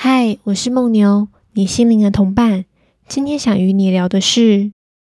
嗨，我是梦牛，你心灵的同伴。今天想与你聊的是，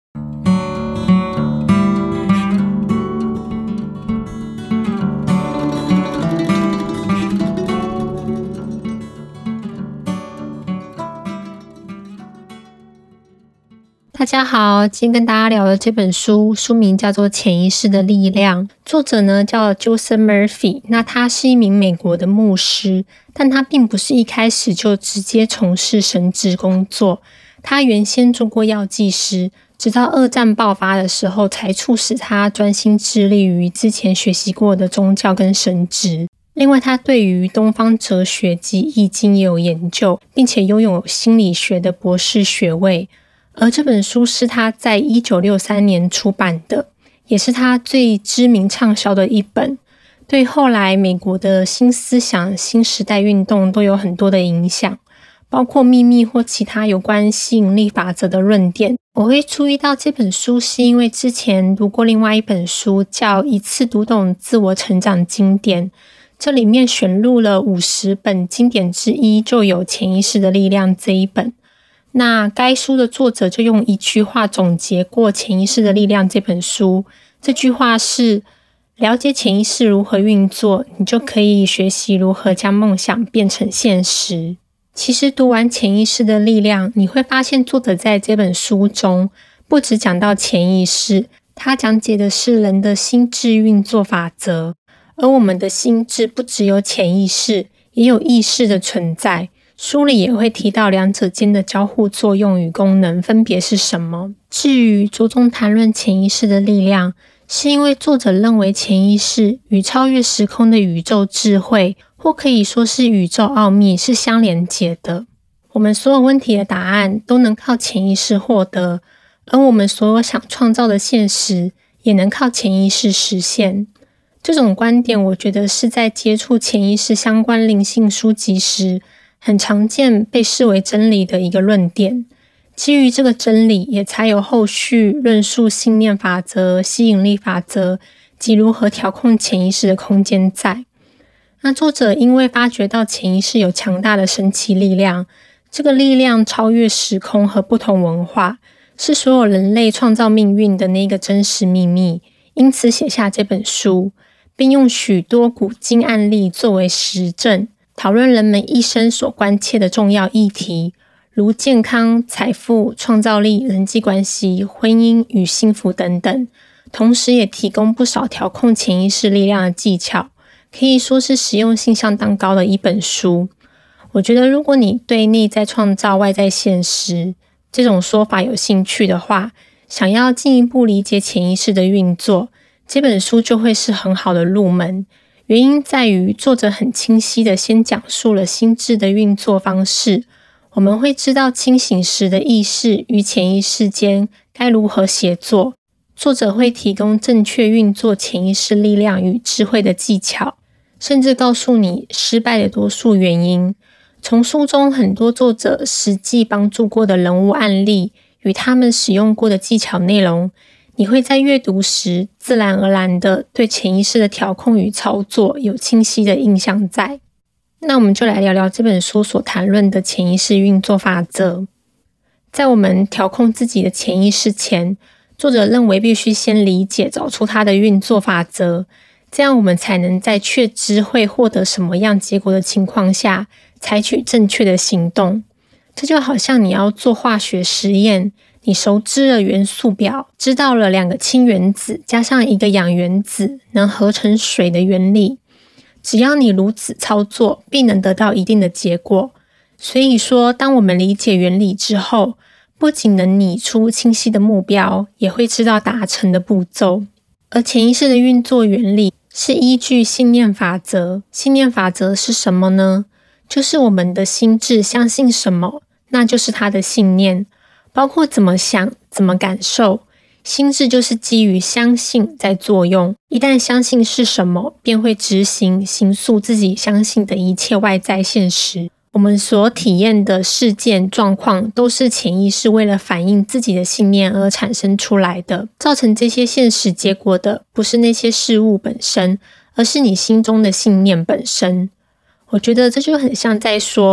大家好，今天跟大家聊的这本书名叫做《潜意识的力量》，作者呢叫 Joseph Murphy。那他是一名美国的牧师，但他并不是一开始就直接从事神职工作。他原先做过药剂师，直到二战爆发的时候，才促使他专心致力于之前学习过的宗教跟神职。另外，他对于东方哲学及易经也有研究，并且拥有心理学的博士学位。而这本书是他在1963年出版的，也是他最知名畅销的一本，对后来美国的新思想、新时代运动都有很多的影响，包括秘密或其他有关吸引力法则的论点。我会注意到这本书是因为之前读过另外一本书叫《一次读懂自我成长经典》，这里面选录了50本经典之一，就有《潜意识的力量》这一本。那该书的作者就用一句话总结过《潜意识的力量》这本书，这句话是：了解潜意识如何运作，你就可以学习如何将梦想变成现实。其实读完《潜意识的力量》，你会发现作者在这本书中不只讲到潜意识，他讲解的是人的心智运作法则。而我们的心智不只有潜意识，也有意识的存在。书里也会提到两者间的交互作用与功能分别是什么。至于着重谈论潜意识的力量，是因为作者认为潜意识与超越时空的宇宙智慧，或可以说是宇宙奥秘是相连结的。我们所有问题的答案都能靠潜意识获得，而我们所有想创造的现实也能靠潜意识实现。这种观点我觉得是在接触潜意识相关灵性书籍时很常见被视为真理的一个论点，基于这个真理，也才有后续论述信念法则、吸引力法则及如何调控潜意识的空间在。那作者因为发觉到潜意识有强大的神奇力量，这个力量超越时空和不同文化，是所有人类创造命运的那个真实秘密，因此写下这本书，并用许多古今案例作为实证，讨论人们一生所关切的重要议题，如健康、财富、创造力、人际关系、婚姻与幸福等等，同时也提供不少调控潜意识力量的技巧，可以说是实用性相当高的一本书。我觉得如果你对内在创造、外在现实这种说法有兴趣的话，想要进一步理解潜意识的运作，这本书就会是很好的入门。原因在于作者很清晰地先讲述了心智的运作方式，我们会知道清醒时的意识与潜意识间该如何协作。作者会提供正确运作潜意识力量与智慧的技巧，甚至告诉你失败的多数原因。从书中很多作者实际帮助过的人物案例与他们使用过的技巧内容，你会在阅读时自然而然的对潜意识的调控与操作有清晰的印象在。那我们就来聊聊这本书所谈论的潜意识运作法则。在我们调控自己的潜意识前，作者认为必须先理解找出它的运作法则，这样我们才能在确知会获得什么样结果的情况下采取正确的行动。这就好像你要做化学实验，你熟知了元素表，知道了2个氢原子加上1个氧原子能合成水的原理，只要你如此操作，必能得到一定的结果。所以说，当我们理解原理之后，不仅能拟出清晰的目标，也会知道达成的步骤。而潜意识的运作原理是依据信念法则。信念法则是什么呢？就是我们的心智相信什么，那就是它的信念，包括怎么想、怎么感受。心智就是基于相信在作用，一旦相信是什么，便会执行、形塑自己相信的一切外在现实。我们所体验的事件状况都是潜意识为了反映自己的信念而产生出来的，造成这些现实结果的不是那些事物本身，而是你心中的信念本身。我觉得这就很像在说，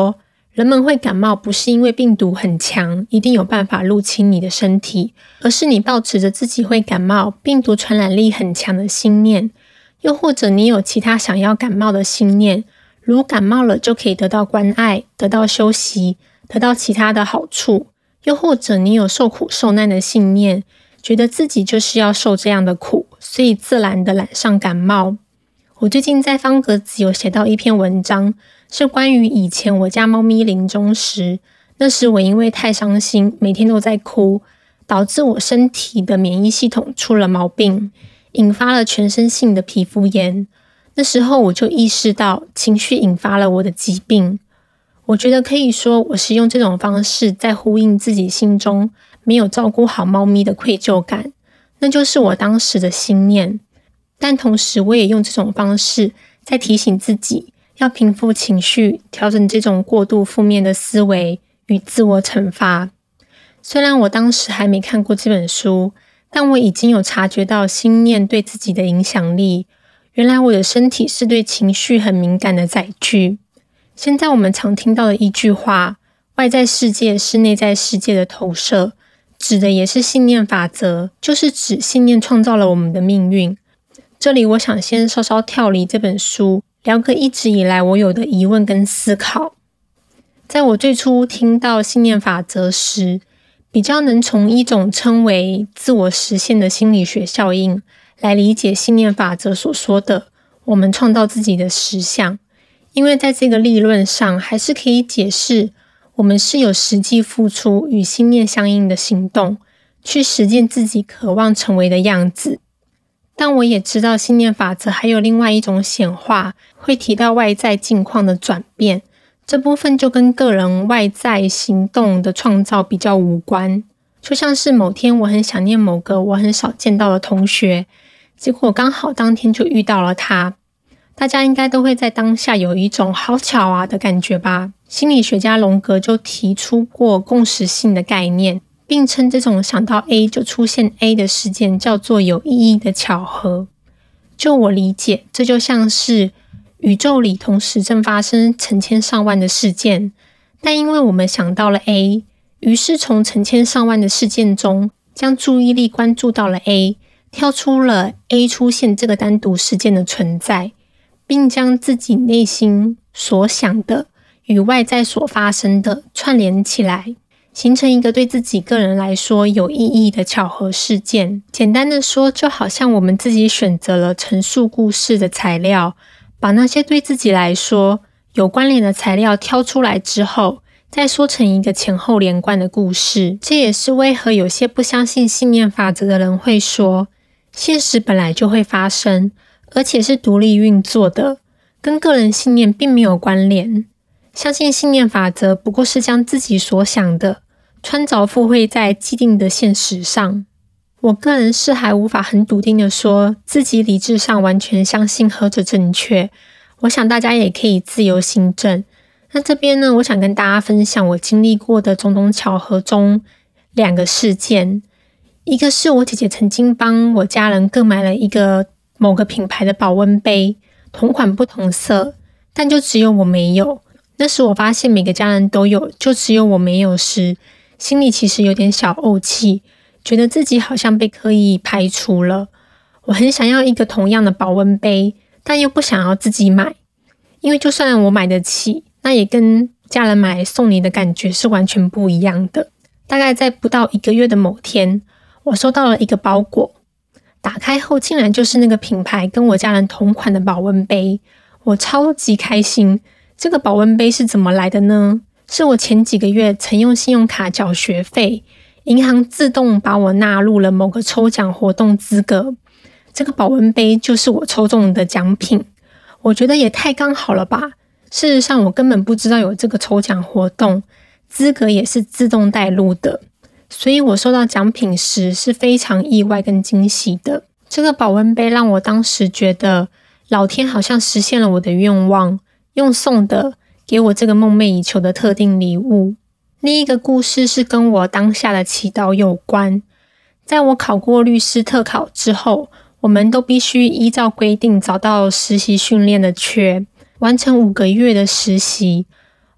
人们会感冒不是因为病毒很强，一定有办法入侵你的身体，而是你抱持着自己会感冒，病毒传染力很强的信念，又或者你有其他想要感冒的信念，如感冒了就可以得到关爱，得到休息，得到其他的好处，又或者你有受苦受难的信念，觉得自己就是要受这样的苦，所以自然的染上感冒。我最近在方格子有写到一篇文章，是关于以前我家猫咪临终时，那时我因为太伤心，每天都在哭，导致我身体的免疫系统出了毛病，引发了全身性的皮肤炎。那时候我就意识到情绪引发了我的疾病。我觉得可以说我是用这种方式在呼应自己心中没有照顾好猫咪的愧疚感，那就是我当时的心念。但同时我也用这种方式在提醒自己要平复情绪，调整这种过度负面的思维与自我惩罚。虽然我当时还没看过这本书，但我已经有察觉到心念对自己的影响力。原来我的身体是对情绪很敏感的载具。现在我们常听到的一句话，外在世界是内在世界的投射，指的也是信念法则，就是指信念创造了我们的命运。这里我想先稍稍跳离这本书，聊个一直以来我有的疑问跟思考。在我最初听到信念法则时，比较能从一种称为自我实现的心理学效应来理解信念法则所说的我们创造自己的实相。因为在这个理论上还是可以解释我们是有实际付出与信念相应的行动，去实践自己渴望成为的样子。但我也知道信念法则还有另外一种显化，会提到外在境况的转变，这部分就跟个人外在行动的创造比较无关。就像是某天我很想念某个我很少见到的同学，结果刚好当天就遇到了他。大家应该都会在当下有一种好巧啊的感觉吧。心理学家荣格就提出过共识性的概念，并称这种想到 A 就出现 A 的事件叫做有意义的巧合。就我理解，这就像是宇宙里同时正发生成千上万的事件，但因为我们想到了 A， 于是从成千上万的事件中将注意力关注到了 A， 跳出了 A 出现这个单独事件的存在，并将自己内心所想的与外在所发生的串联起来，形成一个对自己个人来说有意义的巧合事件。简单的说，就好像我们自己选择了陈述故事的材料，把那些对自己来说有关联的材料挑出来之后，再说成一个前后连贯的故事。这也是为何有些不相信信念法则的人会说，现实本来就会发生，而且是独立运作的，跟个人信念并没有关联。相信信念法则不过是将自己所想的穿凿附会在既定的现实上。我个人是还无法很笃定的说自己理智上完全相信何者正确，我想大家也可以自由心证。那这边呢，我想跟大家分享我经历过的种种巧合中2个事件。一个是我姐姐曾经帮我家人各买了一个某个品牌的保温杯，同款不同色，但就只有我没有。那时我发现每个家人都有，就只有我没有时，心里其实有点小怄气，觉得自己好像被刻意排除了。我很想要一个同样的保温杯，但又不想要自己买，因为就算我买得起，那也跟家人买来送你的感觉是完全不一样的。大概在不到1个月的某天，我收到了一个包裹，打开后竟然就是那个品牌跟我家人同款的保温杯，我超级开心。这个保温杯是怎么来的呢？是我前几个月曾用信用卡缴学费，银行自动把我纳入了某个抽奖活动资格，这个保温杯就是我抽中的奖品。我觉得也太刚好了吧。事实上我根本不知道有这个抽奖活动，资格也是自动带入的，所以我收到奖品时是非常意外跟惊喜的。这个保温杯让我当时觉得老天好像实现了我的愿望，用送的给我这个梦寐以求的特定礼物。另一个故事是跟我当下的祈祷有关。在我考过律师特考之后，我们都必须依照规定找到实习训练的缺，完成5个月的实习。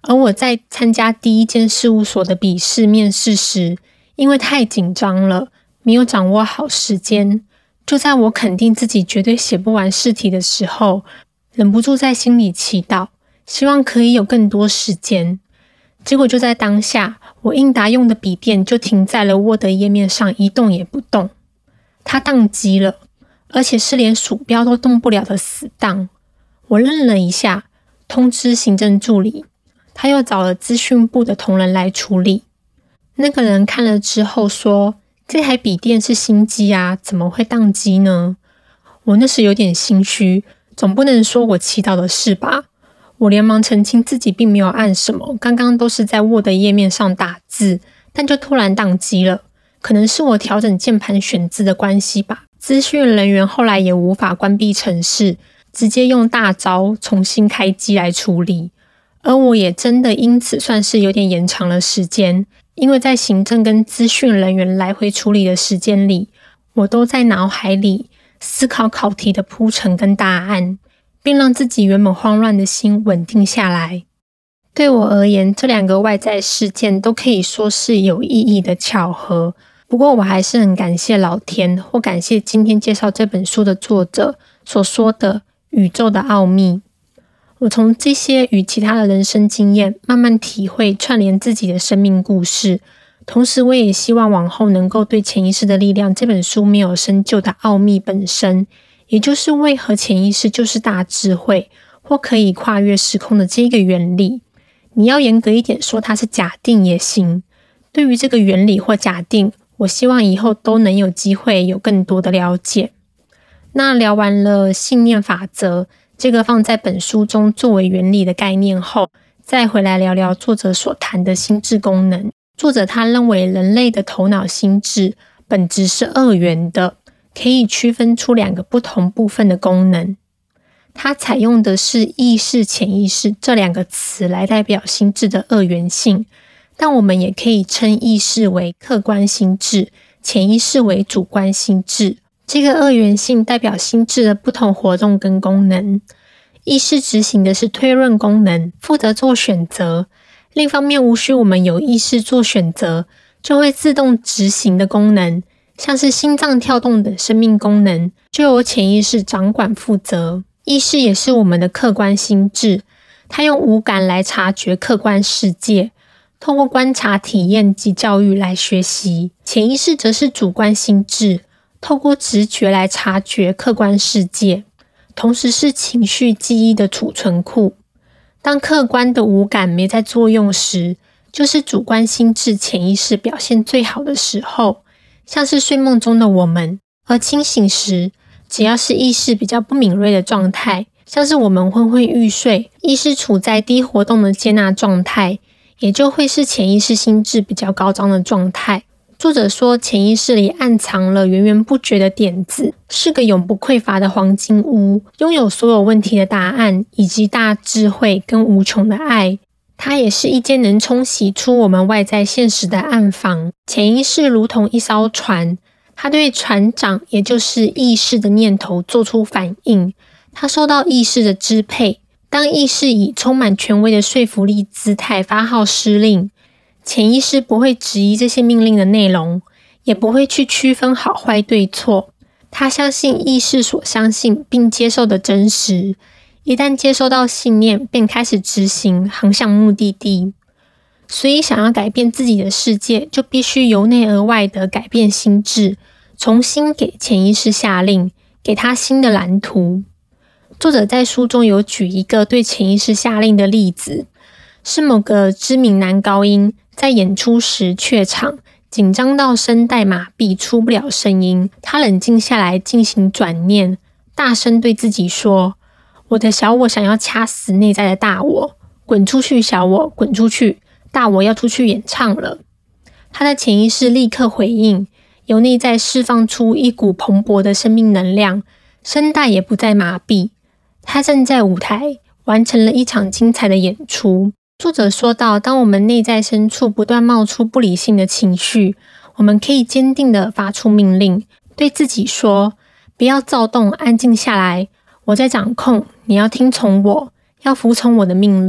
而我在参加第一间事务所的笔试面试时，因为太紧张了，没有掌握好时间，就在我肯定自己绝对写不完试题的时候，忍不住在心里祈祷，希望可以有更多时间。结果就在当下，我应答用的笔电就停在了 Word 页面上，一动也不动。它宕机了，而且是连鼠标都动不了的死档。我愣了一下，通知行政助理，他又找了资讯部的同仁来处理。那个人看了之后说，这台笔电是新机啊，怎么会宕机呢？我那时有点心虚，总不能说我祈祷的事吧。我连忙澄清自己并没有按什么，刚刚都是在 Word 页面上打字，但就突然宕机了，可能是我调整键盘选字的关系吧。资讯人员后来也无法关闭程式，直接用大招重新开机来处理。而我也真的因此算是有点延长了时间，因为在行政跟资讯人员来回处理的时间里，我都在脑海里思考考题的铺陈跟答案，并让自己原本慌乱的心稳定下来。对我而言，这两个外在事件都可以说是有意义的巧合，不过我还是很感谢老天，或感谢今天介绍这本书的作者所说的宇宙的奥秘。我从这些与其他的人生经验慢慢体会串联自己的生命故事，同时我也希望往后能够对潜意识的力量这本书没有深究的奥秘本身，也就是为何潜意识就是大智慧或可以跨越时空的这个原理。你要严格一点说它是假定也行。对于这个原理或假定，我希望以后都能有机会有更多的了解。那聊完了信念法则这个放在本书中作为原理的概念后，再回来聊聊作者所谈的心智功能。作者他认为人类的头脑心智本质是二元的，可以区分出两个不同部分的功能。他采用的是意识、潜意识这两个词来代表心智的二元性，但我们也可以称意识为客观心智，潜意识为主观心智。这个二元性代表心智的不同活动跟功能。意识执行的是推论功能，负责做选择。另一方面，无需我们有意识做选择，就会自动执行的功能，像是心脏跳动等生命功能，就由潜意识掌管负责。意识也是我们的客观心智，它用五感来察觉客观世界，透过观察、体验及教育来学习。潜意识则是主观心智，透过直觉来察觉客观世界，同时是情绪记忆的储存库。当客观的五感没在作用时，就是主观心智潜意识表现最好的时候，像是睡梦中的我们。而清醒时，只要是意识比较不敏锐的状态，像是我们昏昏欲睡，意识处在低活动的接纳状态，也就会是潜意识心智比较高涨的状态。作者说，潜意识里暗藏了源源不绝的点子，是个永不匮乏的黄金屋，拥有所有问题的答案，以及大智慧跟无穷的爱。它也是一间能冲洗出我们外在现实的暗房。潜意识如同一艘船，它对船长，也就是意识的念头做出反应，它受到意识的支配。当意识以充满权威的说服力姿态发号施令，潜意识不会质疑这些命令的内容，也不会去区分好坏对错。他相信意识所相信并接受的真实，一旦接收到信念，便开始执行，航向目的地。所以想要改变自己的世界，就必须由内而外的改变心智，重新给潜意识下令，给他新的蓝图。作者在书中有举一个对潜意识下令的例子，是某个知名男高音在演出时怯场，紧张到声带麻痹，出不了声音。他冷静下来进行转念，大声对自己说，我的小我想要掐死内在的大我，滚出去小我，滚出去，大我要出去演唱了。他的潜意识立刻回应，由内在释放出一股蓬勃的生命能量，声带也不再麻痹。他站在舞台，完成了一场精彩的演出。作者说到，当我们内在深处不断冒出不理性的情绪，我们可以坚定地发出命令，对自己说，不要躁动，安静下来，我在掌控，你要听从我，要服从我的命令。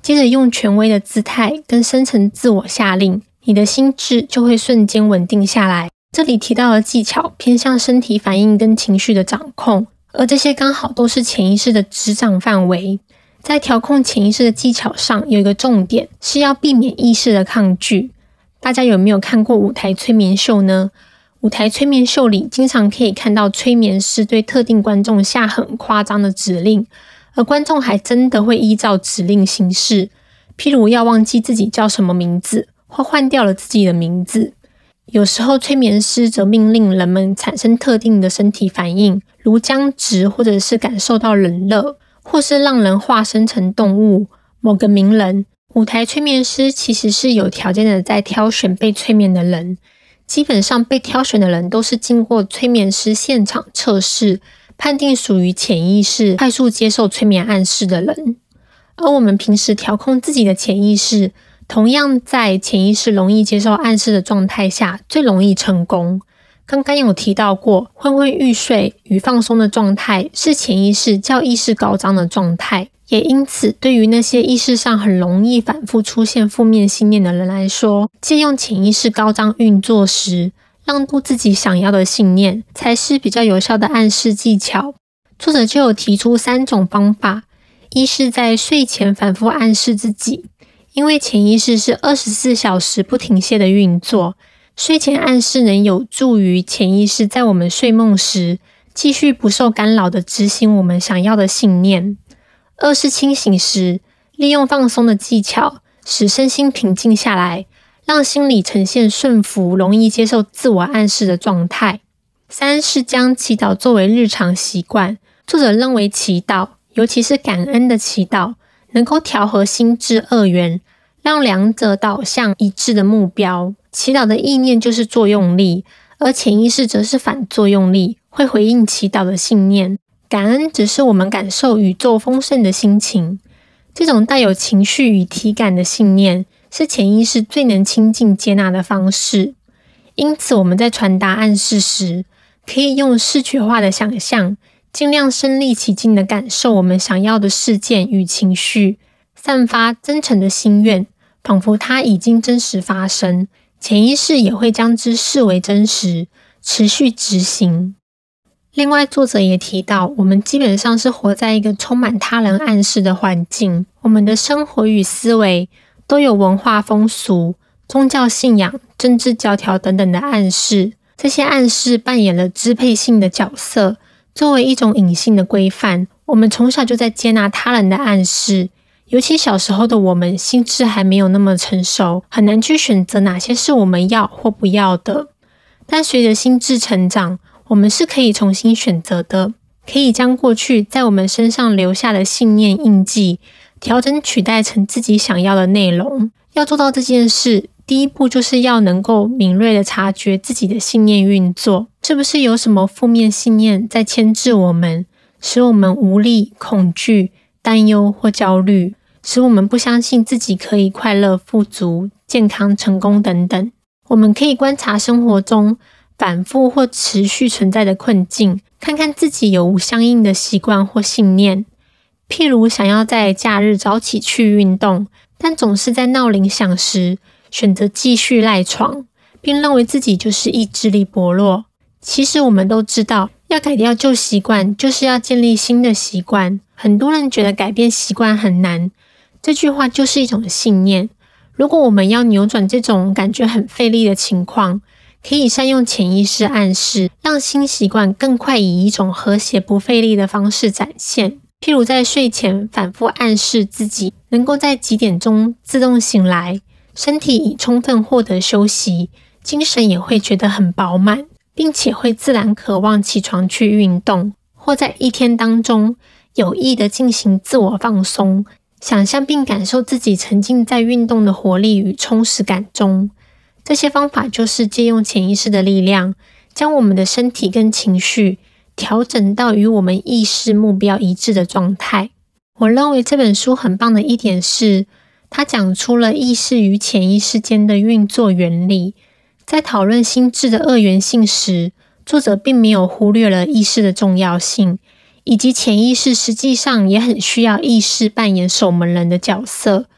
接着用权威的姿态跟深层自我下令，你的心智就会瞬间稳定下来。这里提到的技巧偏向身体反应跟情绪的掌控，而这些刚好都是潜意识的执掌范围。在调控潜意识的技巧上，有一个重点是要避免意识的抗拒。大家有没有看过舞台催眠秀呢？舞台催眠秀里经常可以看到催眠师对特定观众下很夸张的指令，而观众还真的会依照指令行事，譬如要忘记自己叫什么名字，或换掉了自己的名字。有时候催眠师则命令人们产生特定的身体反应，如僵直或者是感受到冷热，或是让人化身成动物、某个名人。舞台催眠师其实是有条件的在挑选被催眠的人，基本上被挑选的人都是经过催眠师现场测试，判定属于潜意识快速接受催眠暗示的人。而我们平时调控自己的潜意识，同样在潜意识容易接受暗示的状态下最容易成功。刚刚有提到过，昏昏欲睡与放松的状态是潜意识较意识高涨的状态，也因此对于那些意识上很容易反复出现负面信念的人来说，借用潜意识高涨运作时，让渡自己想要的信念才是比较有效的暗示技巧。作者就有提出3种方法。一是在睡前反复暗示自己，因为潜意识是24小时不停歇的运作，睡前暗示能有助于潜意识在我们睡梦时继续不受干扰地执行我们想要的信念。二是清醒时，利用放松的技巧，使身心平静下来，让心理呈现顺服、容易接受自我暗示的状态。三是将祈祷作为日常习惯。作者认为祈祷，尤其是感恩的祈祷，能够调和心智二元，让两者导向一致的目标。祈祷的意念就是作用力，而潜意识则是反作用力，会回应祈祷的信念。感恩只是我们感受宇宙丰盛的心情，这种带有情绪与体感的信念，是潜意识最能亲近接纳的方式。因此我们在传达暗示时，可以用视觉化的想象，尽量身临其境地感受我们想要的事件与情绪，散发真诚的心愿，仿佛它已经真实发生，潜意识也会将之视为真实，持续执行。另外，作者也提到，我们基本上是活在一个充满他人暗示的环境，我们的生活与思维都有文化风俗、宗教信仰、政治教条等等的暗示，这些暗示扮演了支配性的角色，作为一种隐性的规范，我们从小就在接纳他人的暗示，尤其小时候的我们心智还没有那么成熟，很难去选择哪些是我们要或不要的。但随着心智成长，我们是可以重新选择的，可以将过去在我们身上留下的信念印记，调整取代成自己想要的内容。要做到这件事，第一步就是要能够敏锐地察觉自己的信念运作，是不是有什么负面信念在牵制我们，使我们无力、恐惧、担忧或焦虑，使我们不相信自己可以快乐、富足、健康、成功等等。我们可以观察生活中反复或持续存在的困境，看看自己有无相应的习惯或信念。譬如想要在假日早起去运动，但总是在闹铃响时选择继续赖床，并认为自己就是意志力薄弱。其实我们都知道，要改掉旧习惯，就是要建立新的习惯。很多人觉得改变习惯很难，这句话就是一种信念。如果我们要扭转这种感觉很费力的情况，可以善用潜意识暗示，让新习惯更快以一种和谐不费力的方式展现。譬如在睡前反复暗示自己能够在几点钟自动醒来，身体已充分获得休息，精神也会觉得很饱满，并且会自然渴望起床去运动，或在一天当中有意地进行自我放松，想象并感受自己沉浸在运动的活力与充实感中。这些方法就是借用潜意识的力量，将我们的身体跟情绪调整到与我们意识目标一致的状态。我认为这本书很棒的一点是，它讲出了意识与潜意识间的运作原理。在讨论心智的二元性时，作者并没有忽略了意识的重要性，以及潜意识实际上也很需要意识扮演守门人的角色。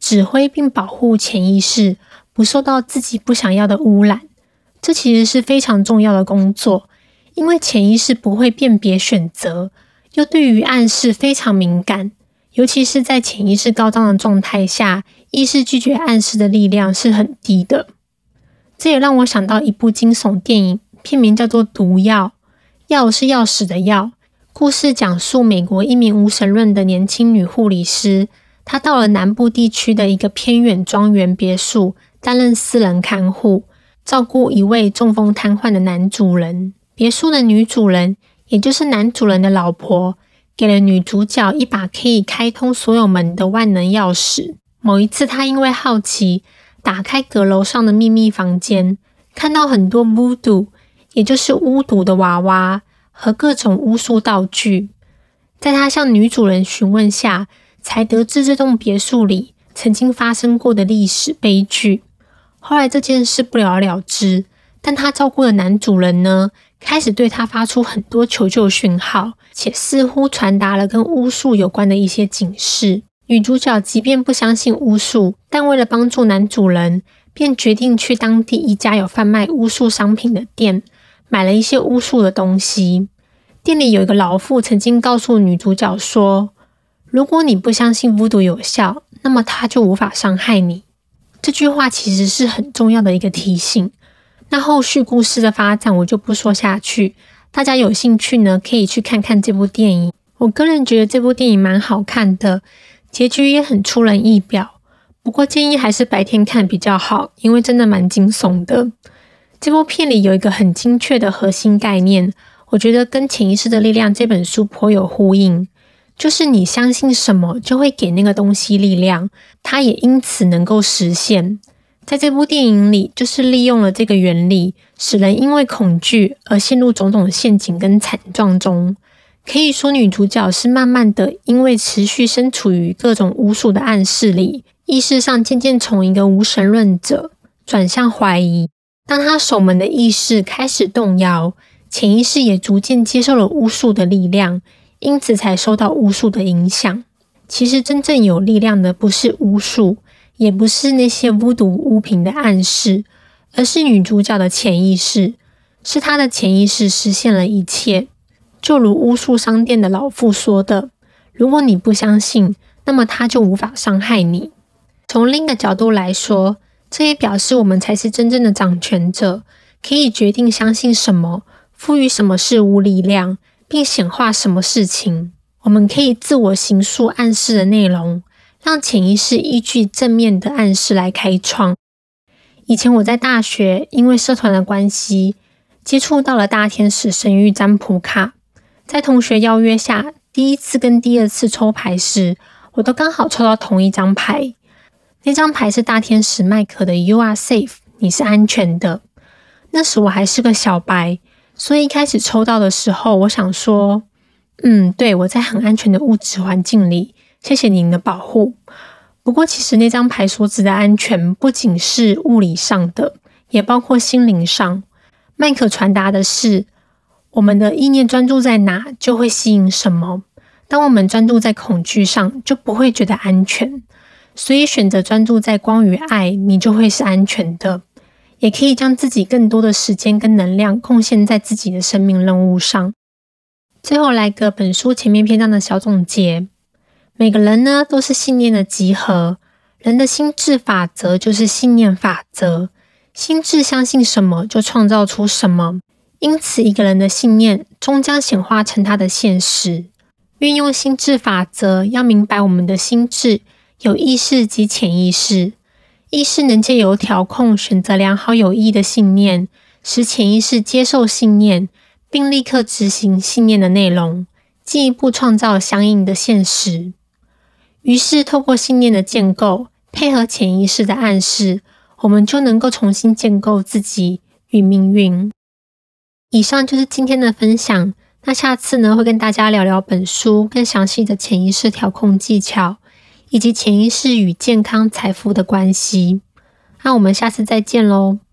指挥并保护潜意识不受到自己不想要的污染。这其实是非常重要的工作，因为潜意识不会辨别选择，又对于暗示非常敏感，尤其是在潜意识高涨的状态下，意识拒绝暗示的力量是很低的。这也让我想到一部惊悚电影，片名叫做《毒药》，药是钥匙的药。故事讲述美国一名无神论的年轻女护理师，她到了南部地区的一个偏远庄园别墅，担任私人看护，照顾一位中风瘫痪的男主人。别墅的女主人，也就是男主人的老婆，给了女主角一把可以开通所有门的万能钥匙。某一次，她因为好奇，打开阁楼上的秘密房间，看到很多 voodoo， 也就是巫毒的娃娃和各种巫术道具。在她向女主人询问下，才得知这栋别墅里曾经发生过的历史悲剧。后来这件事不了了之，但她照顾的男主人呢，开始对她发出很多求救讯号，且似乎传达了跟巫术有关的一些警示。女主角即便不相信巫术，但为了帮助男主人，便决定去当地一家有贩卖巫术商品的店，买了一些巫术的东西。店里有一个老妇曾经告诉女主角说，如果你不相信巫毒有效，那么它就无法伤害你。这句话其实是很重要的一个提醒。那后续故事的发展我就不说下去，大家有兴趣呢，可以去看看这部电影。我个人觉得这部电影蛮好看的，结局也很出人意表，不过建议还是白天看比较好，因为真的蛮惊悚的。这部片里有一个很精确的核心概念，我觉得跟《潜意识的力量》这本书颇有呼应，就是你相信什么就会给那个东西力量，它也因此能够实现。在这部电影里，就是利用了这个原理，使人因为恐惧而陷入种种陷阱跟惨状中。可以说女主角是慢慢的因为持续身处于各种巫术的暗示里，意识上渐渐从一个无神论者转向怀疑。当她守门的意识开始动摇，潜意识也逐渐接受了巫术的力量，因此才受到巫术的影响。其实真正有力量的不是巫术，也不是那些巫毒巫品的暗示，而是女主角的潜意识，是她的潜意识实现了一切。就如巫术商店的老妇说的，如果你不相信，那么它就无法伤害你。从另一个角度来说，这也表示我们才是真正的掌权者，可以决定相信什么，赋予什么事物力量，并显化什么事情。我们可以自我形塑暗示的内容，让潜意识依据正面的暗示来开创。以前我在大学因为社团的关系，接触到了大天使神谕占卜卡。在同学邀约下，第一次跟第二次抽牌时，我都刚好抽到同一张牌。那张牌是大天使麦克的 You are safe， 你是安全的。那时我还是个小白，所以一开始抽到的时候，我想说，对，我在很安全的物质环境里，谢谢您的保护。不过其实那张牌所指的安全，不仅是物理上的，也包括心灵上。麦克传达的是，我们的意念专注在哪，就会吸引什么。当我们专注在恐惧上，就不会觉得安全。所以选择专注在光与爱，你就会是安全的。也可以将自己更多的时间跟能量贡献在自己的生命任务上。最后来个本书前面篇章的小总结。每个人呢，都是信念的集合。人的心智法则就是信念法则。心智相信什么，就创造出什么。因此，一个人的信念终将显化成他的现实。运用心智法则，要明白我们的心智有意识及潜意识。意识能借由调控选择良好有益的信念，使潜意识接受信念，并立刻执行信念的内容，进一步创造相应的现实。于是，透过信念的建构，配合潜意识的暗示，我们就能够重新建构自己与命运。以上就是今天的分享。那下次呢，会跟大家聊聊本书更详细的潜意识调控技巧，以及潜意识与健康财富的关系。那我们下次再见咯。